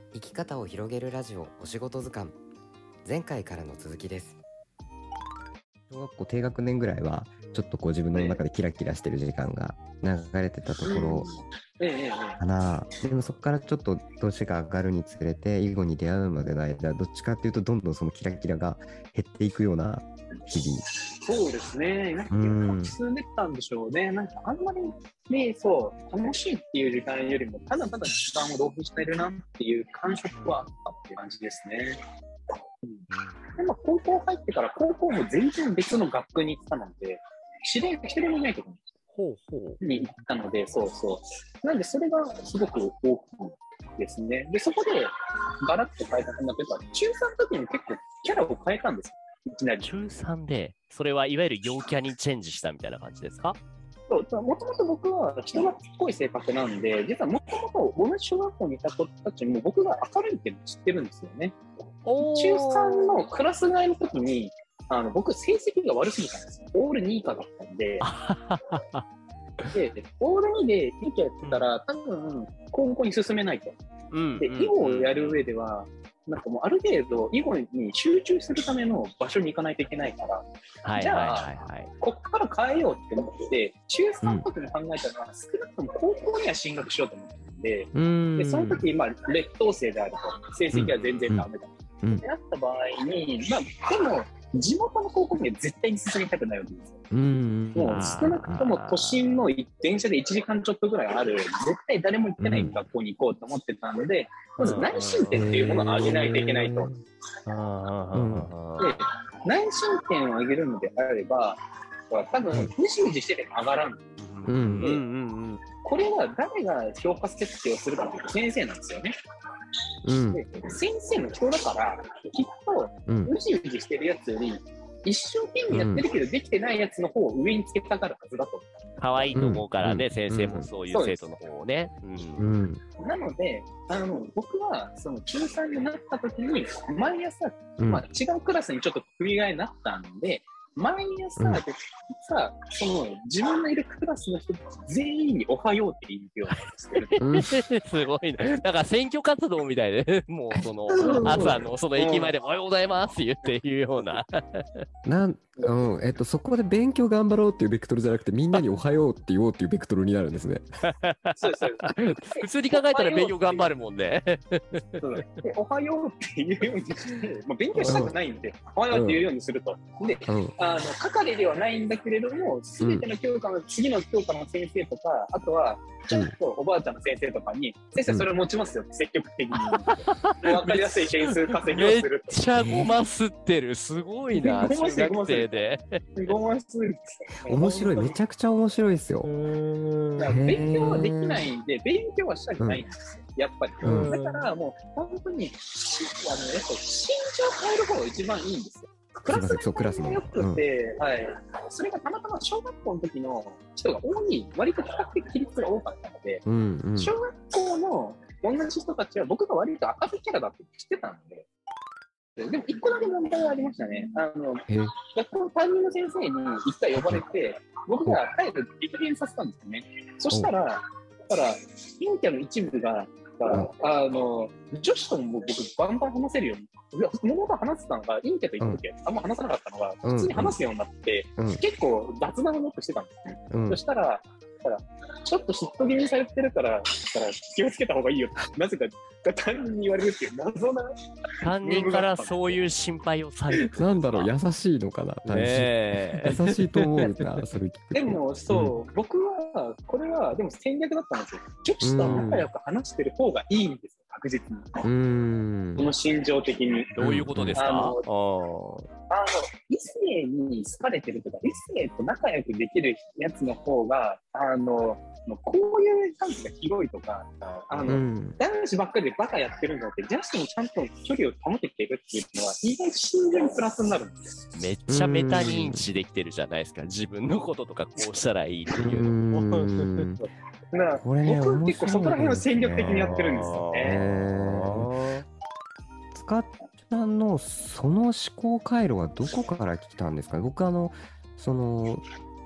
生き方を広げるラジオお仕事図鑑、前回からの続きです。 小学校低学年ぐらいはちょっとこう自分の中でキラキラしてる時間が流れてたところかな。でもそこからちょっと年が上がるにつれて囲碁に出会うまでの間、どっちかっていうとどんどんそのキラキラが減っていくような日々。 そうですね。なんか進んでったんでしょうね。なんかあんまりね、そう楽しいっていう時間よりもただただ時間を浪費してるなっていう感触はあったっていう感じですね。でも高校入ってから高校も全然別の学区に行ったので、知り合いが一人もいないところに行ったので、そうそう。なんでそれがすごく大きいですね。で、そこでガラッと変えたんだけど、中3の時に結構キャラを変えたんですよ。いきなり。 中3で、それはいわゆる陽キャにチェンジしたみたいな感じですか？ もともと僕は人がっぽい性格なんで、実はもともと同じ小学校にいた子たちも僕が明るいっていうのを知ってるんですよね。中3のクラス替えの時に僕成績が悪すぎたんですよ。オール2以下だったんででオール2で2期やってたら多分高校に進めないと。で囲碁をやる上ではなんかもうある程度囲碁に集中するための場所に行かないといけないから、じゃあこっから変えようって思って中3の時に考えたのは、少なくとも高校には進学しようと思ってたんで、その時劣等生であると成績は全然ダメだってなった場合に、でも地元の高校には絶対に進みたくないわけですよ。もう少なくとも都心の電車で1時間ちょっとぐらいある絶対誰も行ってない学校に行こうと思ってたので、まず内申点っていうものを上げないといけないと。で内申点を上げるのであれば多分うじうじしてても上がらん。これは誰が評価設定をするかというと先生なんですよね。で先生の人だからきっとうじうじしてるやつより一生懸命やってるけどできてないやつの方を上につけたがるはずだと。 可愛いと思うからね、先生もそういう生徒の方をね。 なので僕はその中3になった時に毎朝、違うクラスにちょっと組み替えになったんで、毎朝、その自分のいるクラスの人全員におはようって言うようにしてる。 すごいね。だから選挙活動みたいで、もうその朝のその駅前でおはようございますって言っていうような。 そこで勉強頑張ろうっていうベクトルじゃなくて、みんなにおはようって言おうっていうベクトルになるんですね。 そうです。 普通に考えたら勉強頑張るもんね。 おはようって言うようにして、勉強したくないんで、おはようって言うようにすると。で、係ではないんだけれども、すべての教科の次の教科の先生とか、あとはちょっとおばあちゃんの先生とかに、先生それ持ちますよって積極的に分かりやすい点数稼ぎをする。 めっちゃごますってる、すごいな、中学生で。 ごまするんですよ。面白い、めちゃくちゃ面白いですよ。 勉強はできないんで、勉強はしたくないんですよ、やっぱり。だからもう本当に身長変える方が一番いいんですよ。クラスが良くて、それがたまたま小学校の時の人が多い、割と比較的比率が多かったので、小学校の同じ人たちは僕が割と赤字キャラだって知ってたので、でも一個だけ問題がありましたね。学校の担任の先生に一回呼ばれて、僕が帰る激変させたんですよね。そしたら、陰キャの一部が、女子とも僕バンバン話せるように、物が話せたのが、陰キャと言った時はあんま話さなかったのが、普通に話すようになって、結構雑談をよくしてたんですね。そしたら、ちょっと嫉妬気味されてるから気をつけた方がいいよって、なぜか担任に言われるっていう謎な。 担任からそういう心配をされる。 なんだろう、優しいのかな。優しいと思うな、それ。 でも僕は、これはでも戦略だったんですよ。女子と仲良く話してる方がいいんですよ、確実に。この心情的に。 どういうことですか？ 異性に好かれてるとか、異性と仲良くできるやつの方が、こういう関係が広いとか、男子ばっかりでバカやってるのって、女子もちゃんと距離を保てているっていうのは、意外と心情にプラスになるんですよ。 めっちゃメタ認知できてるじゃないですか。自分のこととかこうしたらいいっていうのも。 僕結構そこら辺を戦略的にやってるんですよね。 塚っちゃんのその思考回路はどこから来たんですか？僕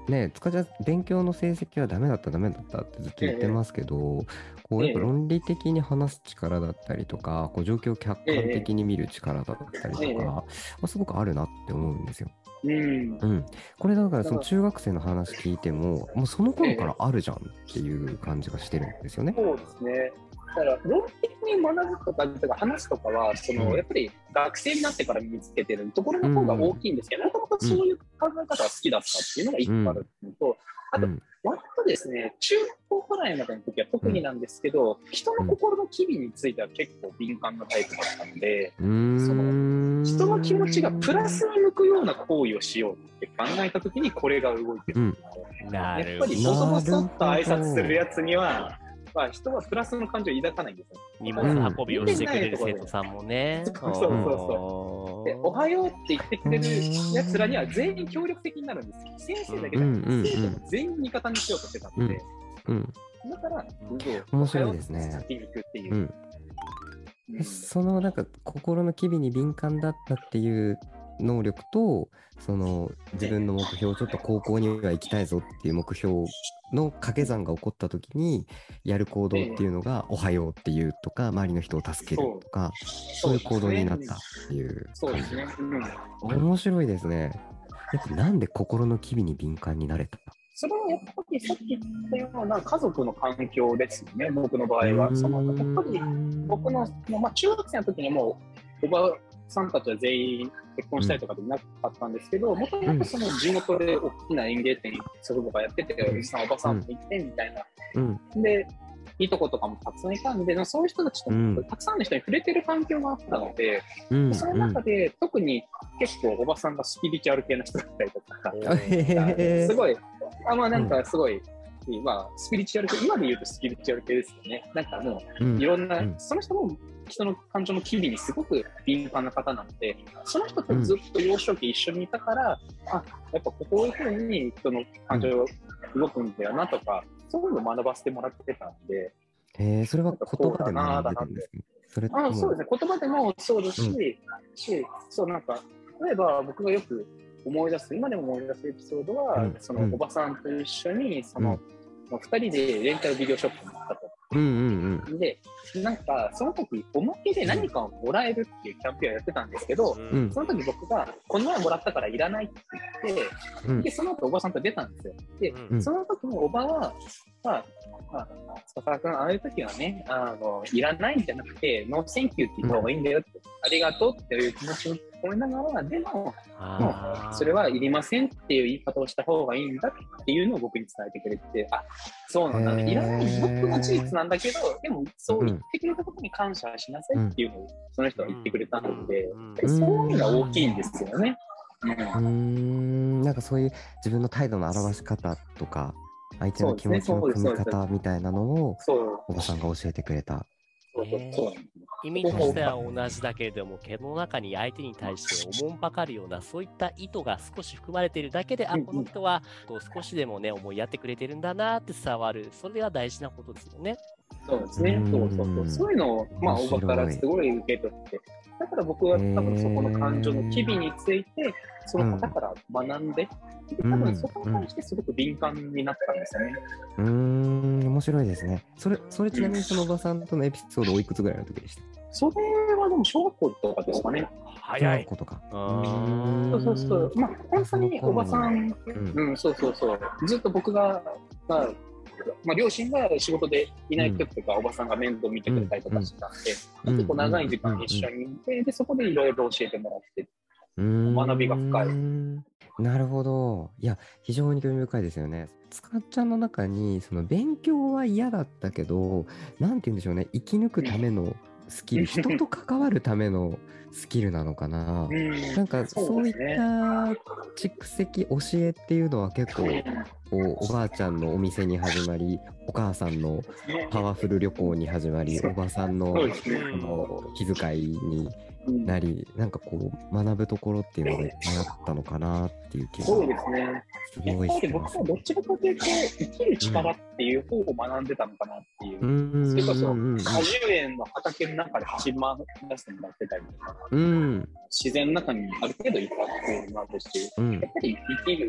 ね、塚ちゃん、勉強の成績はダメだったってずっと言ってますけど、こうやっぱ論理的に話す力だったりとか、こう状況を客観的に見る力だったりとか、まあ、すごくあるなって思うんですよ。これだからその中学生の話聞いても、もうその頃からあるじゃんっていう感じがしてるんですよね。 そうですね。だから論理的に学ぶとか話すとかはやっぱり学生になってから身につけてるところの方が大きいんですけど、もともとそういう考え方が好きだったっていうのが一個あるのと、あと割とですね、中高くらいまでの時は特になんですけど、人の心の機微については結構敏感なタイプだったので、人の気持ちがプラスに向くような行為をしようって考えた時にこれが動いてるので、やっぱりボソボソっと挨拶するやつには、まあ、人はプラスの感情を抱かないんですよ。 荷物運びをしてくれる生徒さんもね。 そうで、おはようって言ってくれるやつらには全員協力的になるんですよ。先生だけじゃなくて、生徒も全員味方にしようとしてたので、だから、 面白いですね。 先に行くっていう。 そのなんか心の機微に敏感だったっていう能力と、その自分の目標、ちょっと高校には行きたいぞっていう目標の掛け算が起こった時にやる行動っていうのが、おはようっていうとか、周りの人を助けるとか、そういう行動になったっていう感じ。面白いですね。やっぱなんで心の機微に敏感になれた？ それはやっぱりさっき言ったような家族の環境ですよね、僕の場合は。やっぱり僕の、中学生の時にもうおばさんたちは全員結婚したりとかでいなかったんですけど、もともとその地元で大きな園芸店祖父母がやってて、おじさんおばさんもいてみたいな。で、いいとことかもたくさんいたんで、そういう人たちとたくさんの人に触れてる環境があったので、その中で特に結構おばさんがスピリチュアル系の人だったりとか、すごい、なんかすごい、スピリチュアル系、今で言うとスピリチュアル系ですよね。なんかもう、いろんな、その人も人の感情の機微にすごく敏感な方なので、その人とずっと幼少期一緒にいたから、やっぱこういうふうに人の感情が動くんだよなとか、そういうのを学ばせてもらってたんで。 それは言葉で学んでたんですね。 そうですね、言葉でもそうですし、なんか、例えば僕がよく思い出す、今でも思い出すエピソードは、そのおばさんと一緒に、2人でレンタルビデオショップに行ったと。で、なんか、その時、おまけで何かをもらえるっていうキャンペーンをやってたんですけど、その時僕が、この前もらったからいらないって言って、で、その後おばさんと出たんですよ。で、その時のおばは、司君、ああいう時はね、いらないんじゃなくて、ノーセンキューって言った方がいいんだよって、ありがとうっていう気持ちを思いながら、でも、それはいりませんっていう言い方をした方がいいんだっていうのを僕に伝えてくれて、そうなんだ、いらない僕の事実なんだけど、でもそう言ってくれたことに感謝しなさいっていうのをその人は言ってくれたので、そういうのが大きいんですよね。 なんかそういう自分の態度の表し方とか、相手の気持ちの組み方みたいなのをおばさんが教えてくれた。 意味としては同じだけれども、毛の中に相手に対しておもんぱかるような、そういった意図が少し含まれているだけで、この人は少しでもね、思いやってくれてるんだなって伝わる、それが大事なことですよね。 そうですね、そういうのを、おばからすごい受け取って、だから僕は多分そこの感情の機微について、その方から学んで、多分そこに対してすごく敏感になったんですよね。 面白いですね。それちなみにそのおばさんとのエピソードおいくつぐらいの時でした？ それはでも小学校とかですかね。 小学校とか。 そう。本当におばさん、ずっと僕が、両親が仕事でいない時とか、おばさんが面倒見てくれたりとかしたんで、結構長い時間一緒にいて、でそこでいろいろ教えてもらって、学びが深い。 なるほど。いや、非常に興味深いですよね。つかちゃんの中に、その勉強は嫌だったけど、なんて言うんでしょうね、生き抜くためのスキル、人と関わるためのスキルなのかな。なんかそういった蓄積、教えっていうのは結構、おばあちゃんのお店に始まり、お母さんのパワフル旅行に始まり、おばさんの気遣いになり、なんかこう学ぶところっていうのがいっぱいあったのかなっていう気がそうですね。 すごいして僕ます。 はどっちかというと生きる力っていう方を学んでたのかなっていう。それこそ果樹園の畑の中で走り回らせてもらってたりとか、自然の中にある程度いたっていうのもあるし、やっぱり生きる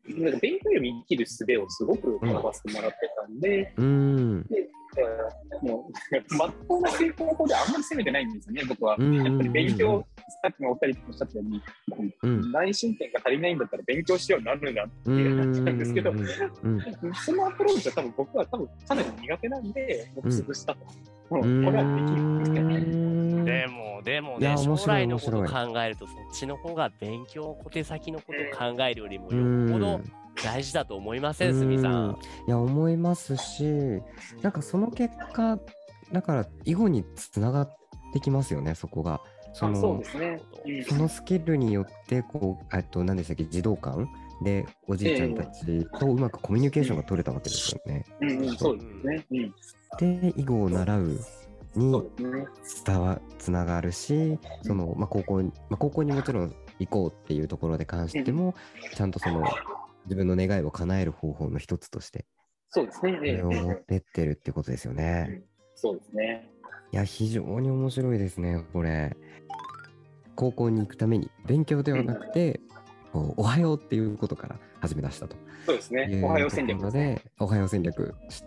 なんか勉強より生きる術をすごく学ばせてもらってたんで、でもう、まっとうな成功法であんまり攻めてないんですよね、僕は。やっぱり勉強、さっきのお二人もおっしゃったように、内申点が足りないんだったら勉強しようになるんだっていう話なんですけど、そのアプローチは僕はかなり苦手なんで、もう潰したと。これはできるんですけどね。でもね、将来のことを考えると、そっちの方が勉強、小手先のことを考えるよりもよっぽど大事だと思いません、すみさん。 いや、思いますし、なんかその結果、だから囲碁につながってきますよね、そこが。 そうですね。 そのスキルによって、何でしたっけ、児童館でおじいちゃんたちとうまくコミュニケーションが取れたわけですよね。 そうですね。 で、囲碁を習うにつながるし、高校にもちろん行こうっていうところで関しても、ちゃんと自分の願いを叶える方法の一つとして、 そうですね。 それを持ってってるってことですよね。 そうですね。 いや、非常に面白いですね、これ。高校に行くために勉強ではなくて、おはようっていうことから始め出したと。 そうですね。おはよう戦略で、おはよう戦略して、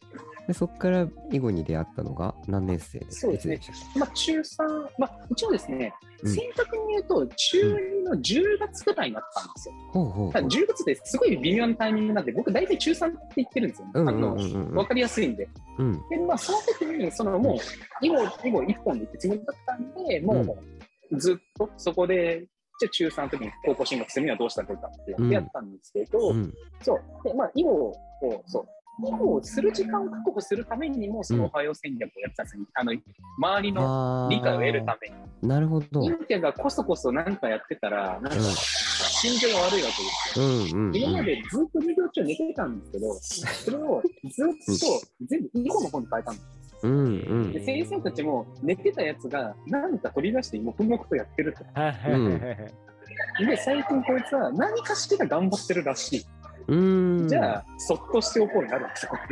でそこから囲碁に出会ったのが何年生ですか？ そうですね。中3、一応ですね、正確に言うと、中2の10月くらいになったんですよ。10月ってすごい微妙なタイミングなんで、僕大体中3って言ってるんですよ。わかりやすいんで。で、その時に、もう、囲碁一本で行くつもりだったんで、もうずっとそこで、じゃあ中3の時に高校進学するにはどうしたらいいかってやったんですけど、で、囲碁を、囲碁をする時間を確保するためにも、そのおはよう戦略をやってたんですよ。周りの理解を得るために。 なるほど。 陰キャがこそこそ何かやってたら、なんか、心情が悪いわけですよ。今までずっと授業中寝てたんですけど、それをずっと全部囲碁の方に変えたんです。で先生たちも寝てたやつが何か取り出して黙々とやってると。で、最近こいつは何かしら頑張ってるらしい。じゃあ、そっとしておこうになるんですよ、これ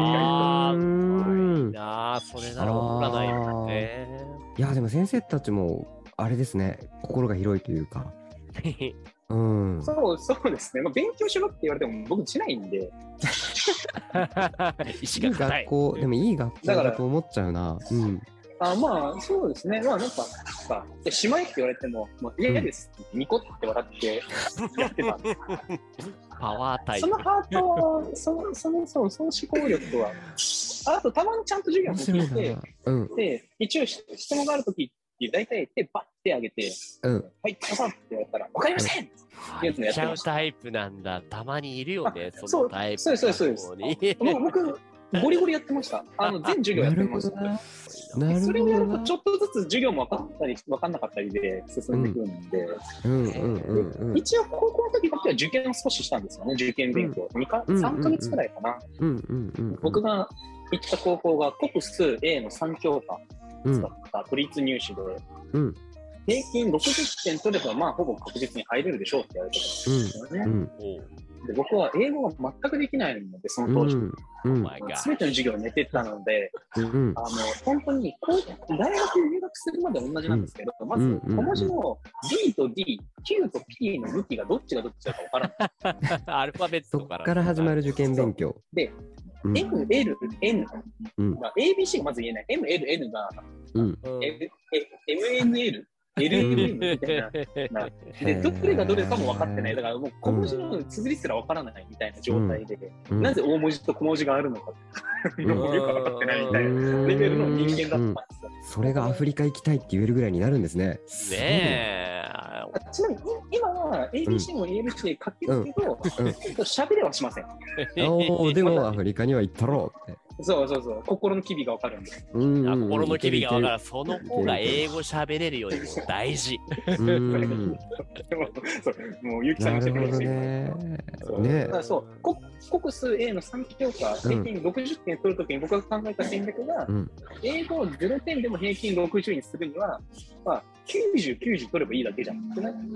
は。それなら怒らないよね。 いや、でも先生たちも、あれですね、心が広いというか。 そうですね。勉強しろって言われても僕しないんで。 いい学校、でもいい学校だと思っちゃうな。 そうですね。なんか、しまえって言われても、嫌ですってニコって笑ってやってたんです。 パワータイプ。 そのハートは、その思考力は、あとたまにちゃんと授業も聞いて、で、一応質問があるときって大体手バッて上げて、はい、パサッって言われたら、わかりませんってやっちゃうタイプなんだ。たまにいるよね、そのタイプ。 そうです。僕、ゴリゴリやってました。全授業やってました。それをやるとちょっとずつ授業も分かったり分かんなかったりで進んでいくんで、一応高校の時だけは受験を少ししたんですよね。受験勉強3ヶ月くらいかな。僕が行った高校が国数 A の3教科使った都立入試で、平均60点取ればほぼ確実に入れるでしょうって言われてたんですよね。で僕は英語が全くできないので、その当時。すべての授業を寝てたので、本当に大学に入学するまで同じなんですけど、まず小文字の D と D、Q と P の向きがどっちだか分からない。 アルファベットそこから始まる受験勉強。 で、M、L、N、ABC がまず言えない。M、L、N が、MNL。LLM みたいな。で、どれがどれかも分かってない。だからもう小文字の綴りすら分からないみたいな状態で、なぜ大文字と小文字があるのかよく分かってないみたいなレベルの人間だったんですよ。 それがアフリカ行きたいって言えるぐらいになるんですね。 ちなみに今は ABC も ABC で書けるけど、喋れはしません。 でもアフリカには行ったろうって。 そう、心の機微が分かるんで。 心の機微が分かる。その方が英語喋れるよりも大事。 もう、ゆきさんにしてくれるし。国数 A の3教科、平均60点取るときに僕が考えた戦略が、英語を0点でも平均60にするには、90、90取ればいいだけじゃんってなって、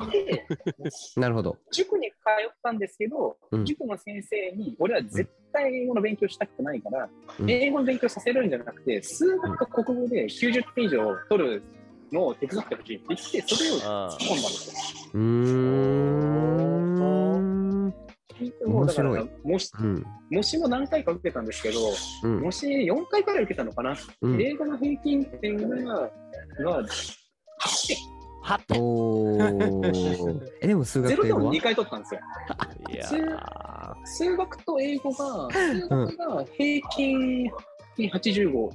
なるほど。 塾に通ったんですけど、塾の先生に、俺は絶対英語の勉強したくないから、英語の勉強させるんじゃなくて、数学と国語で90点以上取るのを手伝ってほしいって言って、それを突っ込んだんですよ。 もうだから面白い。 模試も何回か受けたんですけど、模試4回から受けたのかな。英語の平均点が8点。 8点。 でも数学と英語は 0点を2回取ったんですよ。数学と英語が平均85。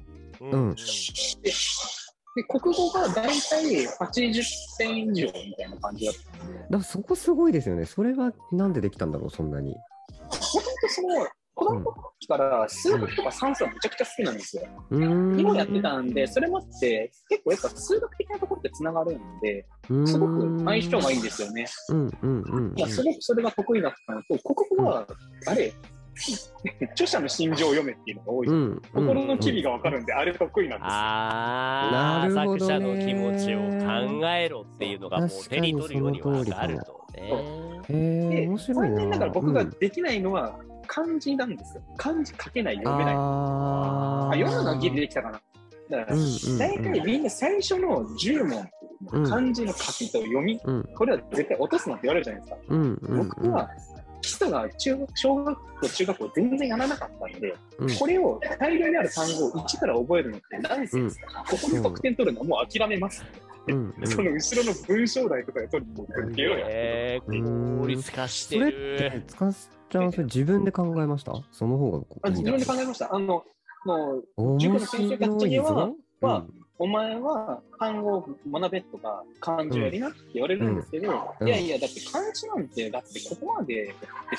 で国語が大体80点以上みたいな感じだった。 だからそこすごいですよね。それはなんでできたんだろう、そんなに。 もともと子供の時から数学とか算数はめちゃくちゃ好きなんですよ。今やってたんで、それもあって結構やっぱ数学的なところってつながるんで、すごく相性がいいんですよね。すごくそれが得意だったのと、国語は著者の心情を読めっていうのが多い。心の機微が分かるんで、あれ得意なんですよ。 作者の気持ちを考えろっていうのがもう手に取るように分かるとね。 面白いな。 残念ながら僕ができないのは漢字なんですよ。漢字書けない、読めない。読むのはギリできたかな。だから大体みんな最初の10問、漢字の書きと読み、これは絶対落とすなって言われるじゃないですか。僕は基礎が小学校、中学校全然やらなかったんで、これを大量にある単語を1から覚えるのってナンセンスだから、ここで得点取るのはもう諦めます。その後ろの文章題とかで取るのを受けようや。 効率化してる。 それって、つかちゃん、それ自分で考えました？その方が自分で考えました。もう、塾の先生たちには、お前は単語を学べとか漢字やりなって言われるんですけど、いやいや、だって漢字なんて、だってここまで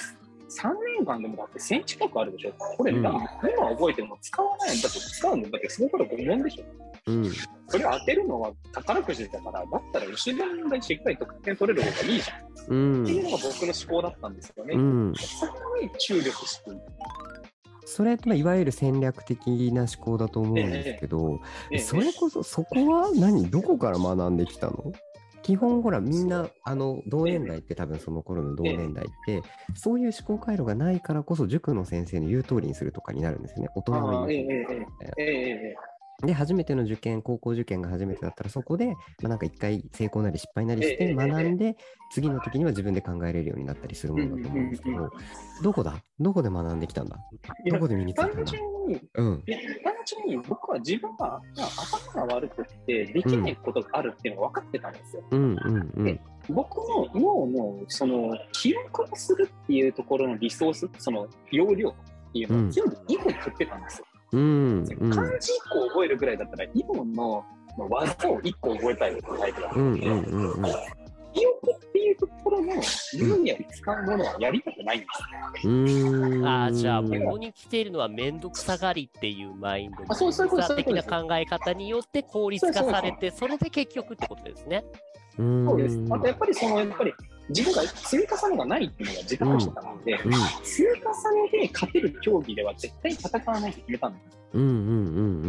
3年間でもだって1000近くあるでしょ。これ、今覚えても使わないんだって使うのだってそこから5問でしょ。それを当てるのは宝くじだから、だったら後ろの問題しっかり得点取れる方がいいじゃん。っていうのが僕の思考だったんですよね。そこに注力している。 それっていわゆる戦略的な思考だと思うんですけど、それこそそこはどこから学んできたの？基本ほらみんな同年代って多分その頃の同年代ってそういう思考回路がないからこそ塾の先生の言う通りにするとかになるんですよね。大人の言う通り。で初めての受験、高校受験が初めてだったらそこで、なんか一回成功なり失敗なりして学んで、次の時には自分で考えれるようになったりするものだと思うんですけど、どこで学んできたんだ？どこで身についたんだ？単純に僕は自分が頭が悪くってできないことがあるっていうのが分かってたんですよ。で僕の脳のその記憶をするっていうところのリソース、その容量っていうのを全部囲碁に振ってたんですよ。漢字1個覚えるぐらいだったら囲碁の技を1個覚えたいタイプだったんで、記憶っていうところの分野を使うものはやりたくないんです。 じゃあここに来ているのは面倒くさがりっていうマインドの的な考え方によって効率化されて、それで結局ってことですね。 そうです。あとやっぱり自分が積み重ねがないっていうのが自覚してたので、積み重ねで勝てる競技では絶対戦わないと決めたんです。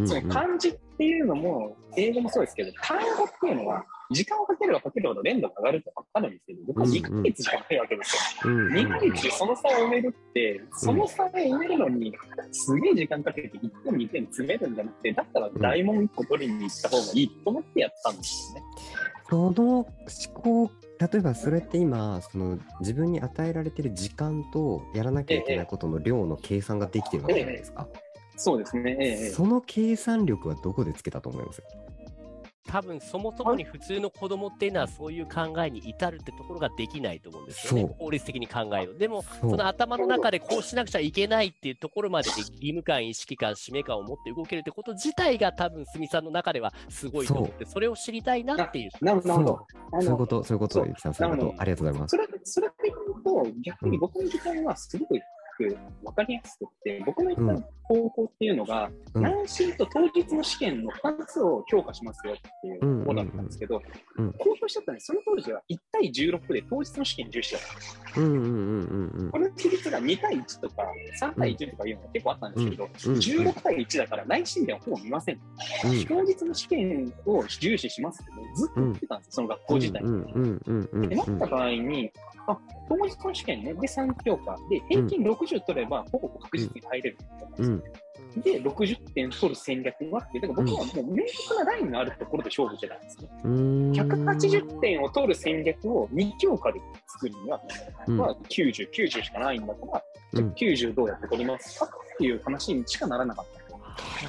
その漢字っていうのも英語もそうですけど、単語っていうのは時間をかければかけるほど連度が上がるって分かるんですけど、僕は2ヶ月しかないわけですよ。2ヶ月でその差を埋めるって、その差を埋めるのにすげえ時間かけて1点2点詰めるんじゃなくて、だったら大問1個取りに行った方がいいと思ってやったんですよね。 その思考、例えばそれって今自分に与えられている時間とやらなきゃいけないことの量の計算ができてるわけじゃないですか。 そうですね。 その計算力はどこでつけたと思います？ 多分そもそもに普通の子供っていうのはそういう考えに至るってところができないと思うんですよね。効率的に考える。でもその頭の中でこうしなくちゃいけないっていうところまで義務感、意識感、使命感を持って動けるってこと自体が多分鷲見さんの中ではすごいと思って、それを知りたいなっていう。 なるほど。 そういうこと、ゆきさん、そういうこと。ありがとうございます。 それで言うと、逆に僕の時間はすごく分かりやすくて、僕の言った方法っていうのが、内申と当日の試験の2つを評価しますよっていう方法だったんですけど、公表しちゃったんで、その当時は1対16で当日の試験重視だったんです。この比率が2対1とか3対1とかいうのが結構あったんですけど、16対1だから内申ではほぼ見ません。当日の試験を重視しますって、ずっと言ってたんですよ、その学校自体に。でなった場合に、当日の試験ね、で3教科で平均60取ればほぼ確実に入れる。 で60点取る戦略があって、だから僕はもう明確なラインがあるところで勝負してたんですね。180点を取る戦略を2教科で作るには、90、90しかないんだから、じゃあ90どうやって取りますかっていう話にしかならなかった。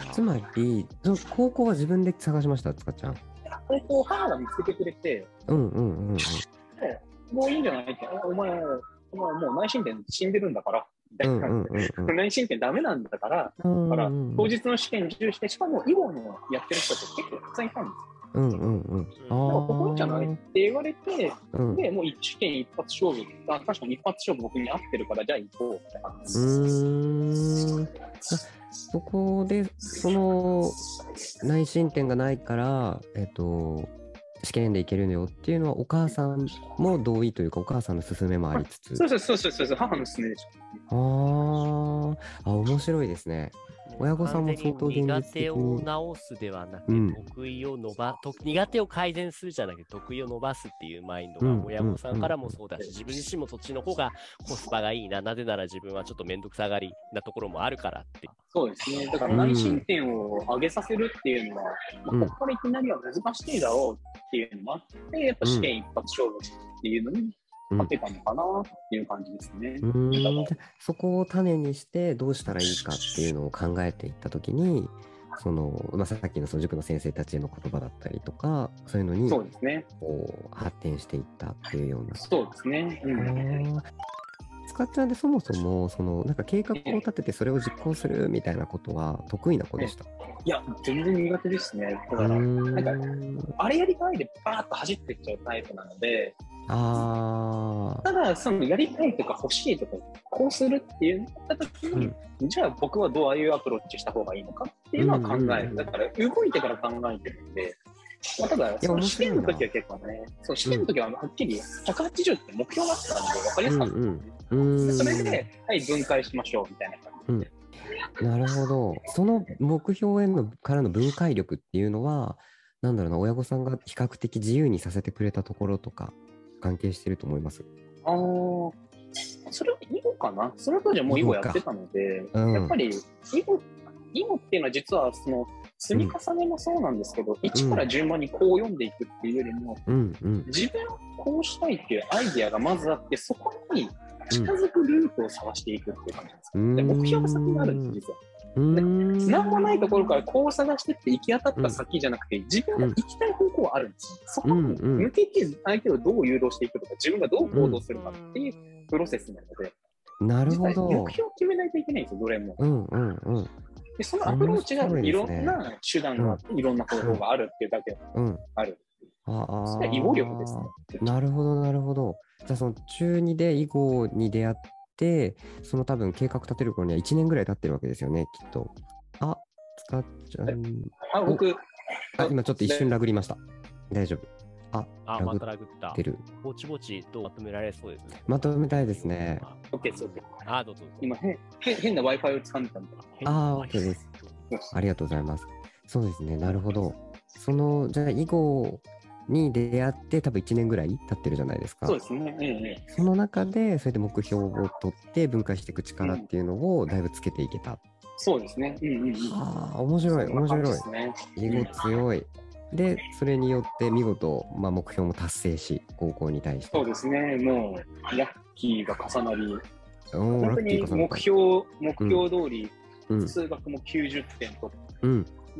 つまり、高校は自分で探しました、つかちゃん。 高校、母が見つけてくれて、もういいんじゃないって、お前もう内申点死んでるんだから、みたいな感じで、内申点ダメなんだから、当日の試験重視して、しかも囲碁のやってる人って結構たくさんいたんですよ。だからここいいんじゃないって言われて、で、もう試験一発勝負、確かに一発勝負僕に合ってるから、じゃあ行こうって感じです。 そこで、その内申点がないから、試験でいけるのよっていうのは、お母さんも同意というか、お母さんの勧めもありつつ。 そう、母の勧めでした。 面白いですね。親御さんも相当現実的に苦手を直すではなくて、得意を苦手を改善するじゃなくて得意を伸ばすっていうマインドが親御さんからもそうだし、自分自身もそっちの方がコスパがいいな、なぜなら自分はちょっと面倒くさがりなところもあるからって。 そうですね。だから内申点を上げさせるっていうのは、ここからいきなりは難しいだろうっていうのもあって、やっぱ試験一発勝負っていうのに勝てたのかなっていう感じですね。 そこを種にしてどうしたらいいかっていうのを考えていったときに、さっきのその塾の先生たちへの言葉だったりとか、そういうのに発展していったっていうような。 そうですね。 つかちゃんでそもそもなんか計画を立ててそれを実行するみたいなことは得意な子でした？ いや、全然苦手ですね。だからなんかあれやりたいでバーッと走っていっちゃうタイプなので、ただそのやりたいとか欲しいとかこうするって言った時に、じゃあ僕はどういうアプローチした方がいいのかっていうのは考える。だから動いてから考えてるんで。ただ、その試験の時は結構ね、試験の時ははっきり180って目標があったんで分かりやすかったんですね。それで、はい、分解しましょうみたいな感じで。 なるほど。その目標へのからの分解力っていうのは、なんだろうな、親御さんが比較的自由にさせてくれたところとか、関係してると思います？ それは囲碁かな。その当時はもう囲碁やってたので、やっぱり囲碁っていうのは実はその積み重ねもそうなんですけど、1から順番にこう読んでいくっていうよりも、自分こうしたいっていうアイディアがまずあって、そこに近づくルートを探していくっていう感じです。で目標が先にあるんです、実は。何もないところからこう探してって行き当たった先じゃなくて、自分が行きたい方向はあるんですよ。そこに向けて相手をどう誘導していくとか、自分がどう行動するかっていうプロセスなので、 なるほど。 目標を決めないといけないんですよ、どれも。でそのアプローチがいろんな手段があって、いろんな方法があるっていうだけある。それは囲碁力ですね。 なるほど、なるほど。じゃあその中2で囲碁に出会って、その多分計画立てる頃には1年ぐらい経ってるわけですよね、きっと。つかちゃん。今ちょっと一瞬ラグりました。大丈夫。 またラグった。ぼちぼちとまとめられそうですね。 まとめたいですね。 OK です、OK。 どうぞ。 今、変な Wi-Fi を掴んでたんで。 OK です。ありがとうございます。そうですね、なるほど。じゃあ、囲碁に出会って多分1年ぐらい経ってるじゃないですか。 そうですね。 その中で、それで目標を取って分解していく力っていうのをだいぶつけていけた。 そうですね。 面白い。囲碁強い。で、それによって見事、目標も達成し、高校に対して。 そうですね、もう、ラッキーが重なり、本当に目標通り、数学も90点取って、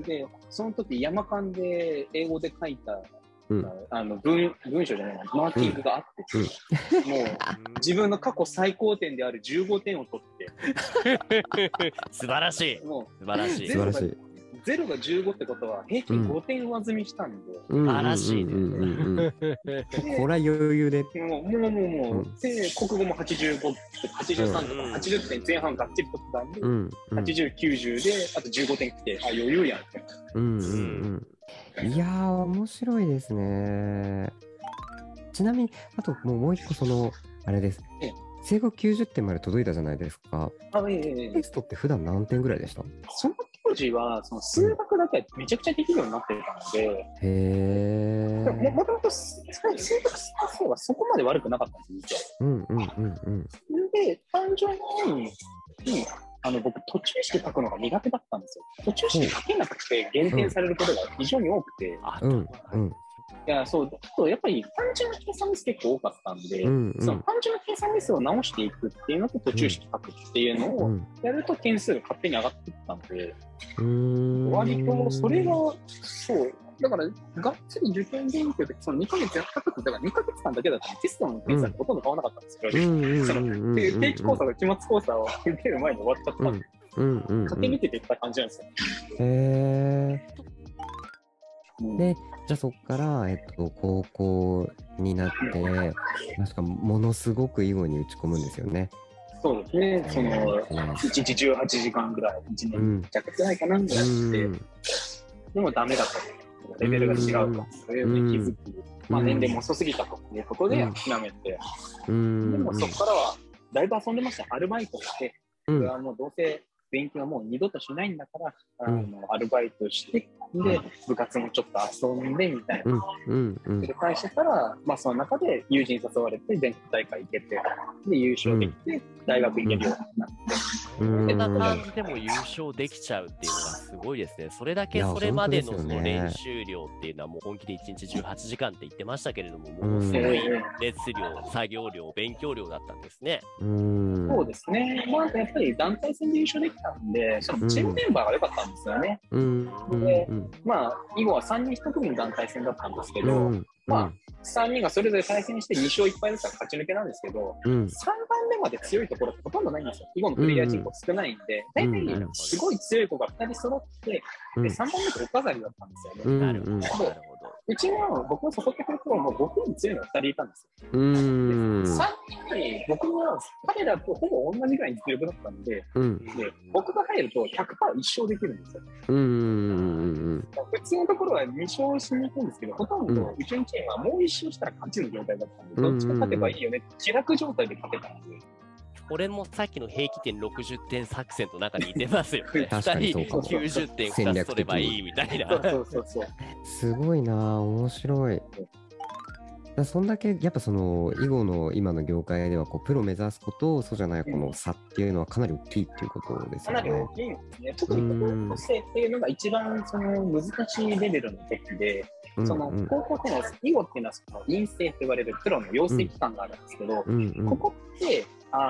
で、その時山間で英語で書いた、文章じゃないマーキングがあってて、もう自分の過去最高点である15点を取って素晴らしい。 もう素晴らしい。 素晴らしい。 0が15ってことは平均5点上積みしたんで、 素晴らしいね。 これは余裕で。 もう、で、国語も85、83とか80点前半がっちり取ってたんで、80、90で、あと15点来て、余裕やんって。 いやー、面白いですね。ちなみに、あともう一個あれです。正確90点まで届いたじゃないですか。テストって普段何点ぐらいでした？ その当時は数学だけはめちゃくちゃできるようになってたので、もともと数学算数はそこまで悪くなかったんです、実は。で、単純に僕、途中式書くのが苦手だったんですよ。途中式書けなくて減点されることが非常に多くて。いや、そう、やっぱり単純な計算ミス結構多かったんで、その単純な計算ミスを直していくっていうのと途中式書くっていうのをやると点数が勝手に上がっていったので、割とそれが、そう、だから、がっつり受験勉強で、その2ヶ月やった時、だから2ヶ月間だけだったらテストの点数はほとんど変わらなかったんですよ。その定期考査と期末考査を受ける前に終わっちゃったんで、駆け抜けていった感じなんですよ。 で、じゃあそこから、高校になって、確かものすごく囲碁に打ち込むんですよね。 そうですね、その1日18時間ぐらい、1年弱くらいかなんかやって、でもダメだった。レベルが違うと、そういうのに気づき、年齢も遅すぎたということで諦めて、でもそこからはだいぶ遊んでました。アルバイトして、これはもうどうせ勉強はもう二度としないんだから、アルバイトして、で、部活もちょっと遊んでみたいな。繰り返してたら、その中で友人誘われて全国大会行けて、で、優勝できて、大学行けるようになって。 こんな感じでも優勝できちゃうっていうのがすごいですね。それだけそれまでのその練習量っていうのはもう本気で1日18時間って言ってましたけれども、ものすごい熱量、作業量、勉強量だったんですね。 そうですね。やっぱり団体戦で優勝できたんで、そのチームメンバーが良かったんですよね。で、囲碁は3人1組の団体戦だったんですけど、3人がそれぞれ対戦して2勝1敗だったら勝ち抜けなんですけど、3番目まで強いところってほとんどないんですよ。囲碁のプレイヤー人口少ないんで、大体すごい強い子が2人揃って、で3番目ってお飾りだったんですよね。なるほど。うちの僕の誘ってくる頃も僕より強いのが2人いたんですよ。3人に僕は彼らとほぼ同じぐらいの実力だったんで、で僕が入ると 100% 一勝できるんですよ。普通のところは2勝しに行くんですけど、ほとんどうちのチームはもう1勝したら勝ちの状態だったんで、どっちか勝てばいいよねって気楽状態で勝てたんで。 これもさっきの平均点60点作戦となんか似てますよね。 確かに 2人90点2つ取ればいいみたいな。 すごいな、面白い。そんだけやっぱその囲碁の今の業界ではプロ目指すことそうじゃないこの差っていうのはかなり大きいっていうことですよね。 かなり大きいですね。特に高校生っていうのが一番その難しいレベルの時で、その高校っていうのは囲碁っていうのはその院生と言われるプロの養成機関があるんですけど、ここって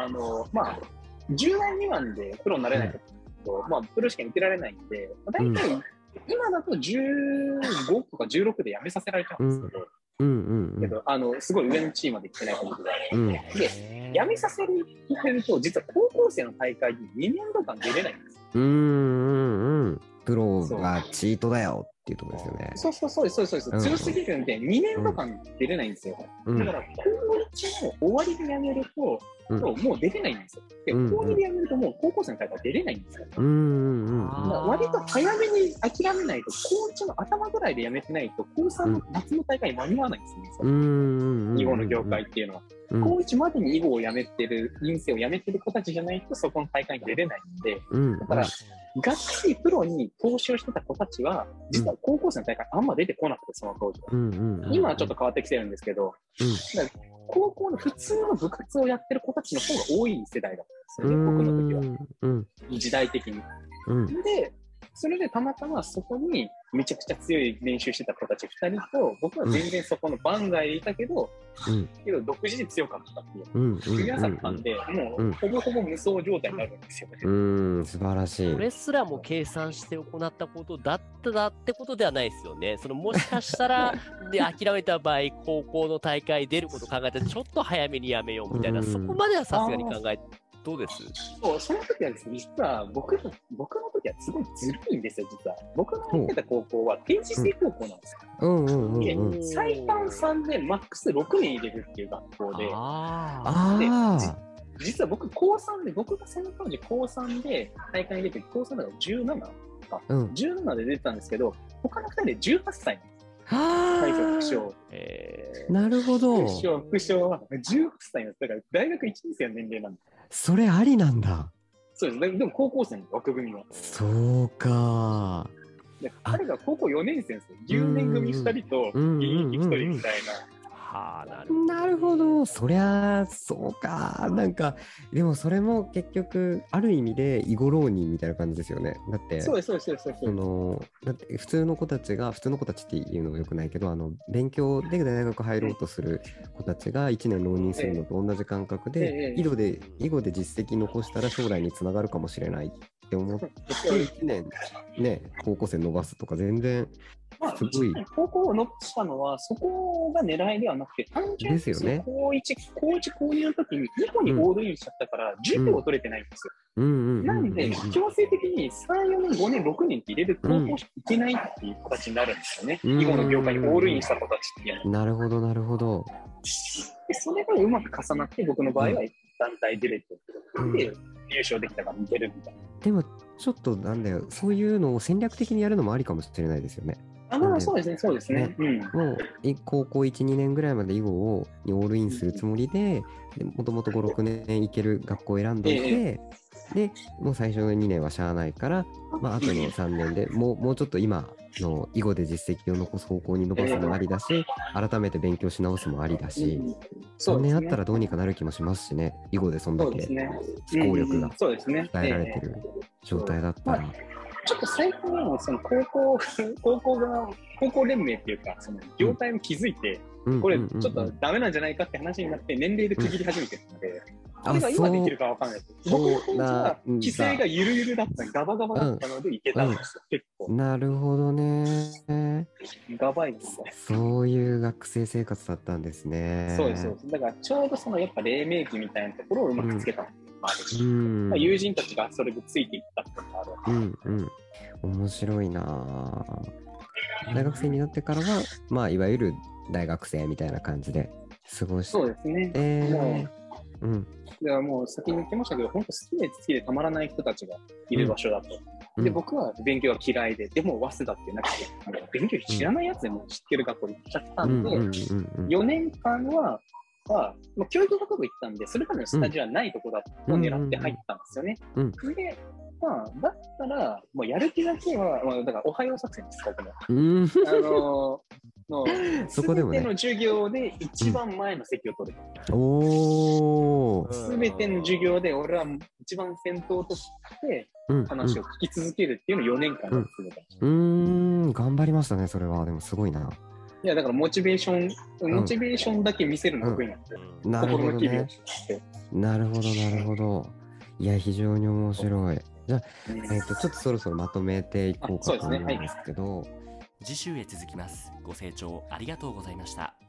10代未満でプロになれないと、プロ試験受けられないんで、大体今だと15とか16で辞めさせられちゃうんですけど、すごい上のチームまで来てない感じで、で、辞めさせると、実は高校生の大会に2年度間出れないんですよ。 プロがチートだよっていうところですよね。 そう、強すぎるんで、2年度間出れないんですよ。だから、高1の終わりで辞めると、もう出れないんですよ。で、高2で辞めるともう高校生の大会出れないんですよ。割と早めに諦めないと、高1の頭ぐらいで辞めてないと、高3の夏の大会に間に合わないんですよね。囲碁の業界っていうのは。高1までに囲碁をやめてる、院生をやめてる子たちじゃないと、そこの大会に出れないんで、だから、がっつりプロに投資をしてた子たちは、実は高校生の大会あんま出てこなくて、その当時は。今はちょっと変わってきてるんですけど、高校の普通の部活をやってる子たちの方が多い世代だったんですよね、僕の時は。時代的に。で、それでたまたまそこにめちゃくちゃ強い練習してた子たち2人と、僕は全然そこの番外でいたけど、独自で強かったっていう、組み合わさったんで、もうほぼほぼ無双状態になるんですよね。 素晴らしい。 これすらも計算して行ったことだったってことではないですよね。もしかしたらで諦めた場合、高校の大会出ることを考えて、ちょっと早めにやめようみたいな、そこまではさすがに考えて。どうです？ その時はですね、実は僕の時はすごいずるいんですよ、実は。僕が行ってた高校は定時制高校なんですよ。最短3でマックス6年入れるっていう学校で、実は僕高3で、僕がその当時高3で大会に出て、高3だから17か、17で出てたんですけど、他の2人で18歳なんです。最初副賞。 なるほど。 副賞は18歳なんです。だから大学1年生の年齢なんです。 それありなんだ。 そうです。でも高校生の枠組みは。 そうか。 彼が高校4年生ですよ。10年組2人と現役1人みたいな。 はあ、 なるほど。そりゃあ、そうか。なんか、でもそれも結局、ある意味で囲碁浪人みたいな感じですよね。だって、 そうです、そうです、そうです。 だって普通の子たちっていうのはよくないけど、勉強で大学入ろうとする子たちが1年浪人するのと同じ感覚で、囲碁で実績残したら将来につながるかもしれないって思って、1年ね、高校生伸ばすとか全然、すごい。 高校を伸ばしたのは、そこが狙いではなくて、単純に高1、高2の時に囲碁にオールインしちゃったから、授業を取れてないんですよ。なんで、強制的に3、4年、5年、6年って入れる高校しかいけないっていう形になるんですよね。囲碁の業界にオールインした子たちっていうのは。 なるほど、なるほど。 でそれがうまく重なって、僕の場合は団体出れて、で、優勝できたから似てるみたいな。 でも、ちょっとなんだよ、そういうのを戦略的にやるのもありかもしれないですよね。 そうですね、そうですね。 もう高校1、2年ぐらいまで囲碁にオールインするつもりで、もともと5、6年行ける学校を選んでいて、で、もう最初の2年はしゃあないから、まあ、あとの3年でもうちょっと今の囲碁で実績を残す方向に伸ばすのもありだし、改めて勉強し直すもありだし、3年あったらどうにかなる気もしますしね、囲碁でそんだけ思考力が鍛えられてる状態だったら。 ちょっと最近はその高校連盟っていうか、その業態も気づいて、これちょっとダメなんじゃないかって話になって、年齢で区切り始めてるので、これが今できるかわかんないです。僕の当時は規制がゆるゆるだった、ガバガバだったのでいけたんですよ、結構。 なるほどね。 ガバいですね。 そういう学生生活だったんですね。 そうです、そうです。だからちょうどそのやっぱ黎明期みたいなところをうまくつけたのもあるし、友人たちがそれでついていったっていうのがある。 面白いな。大学生になってからは、まあ、いわゆる大学生みたいな感じで過ごして。 そうですね。だからもう先に言ってましたけど、本当好きでたまらない人たちがいる場所だと。で、僕は勉強が嫌いで、でも早稲田ってなくて、もう勉強知らないやつでも知ってる学校に行っちゃったんで、4年間は、教育学部行ったんで、それからのスタジオはないところを狙って入ったんですよね。で、だったら、もうやる気だけは、だから、おはよう作戦です、僕も。すべての授業で一番前の席を取る。すべての授業で俺は一番先頭として話を聞き続けるっていうのを4年間やってたんです。 頑張りましたね、それは。でもすごいな。 いや、だからモチベーションだけ見せるのが得意なんですよ。 なるほどね。なるほど、なるほど。いや、非常に面白い。じゃあ、ちょっとそろそろまとめていこうかと思うんですけど、 次週へ続きます。ご清聴ありがとうございました。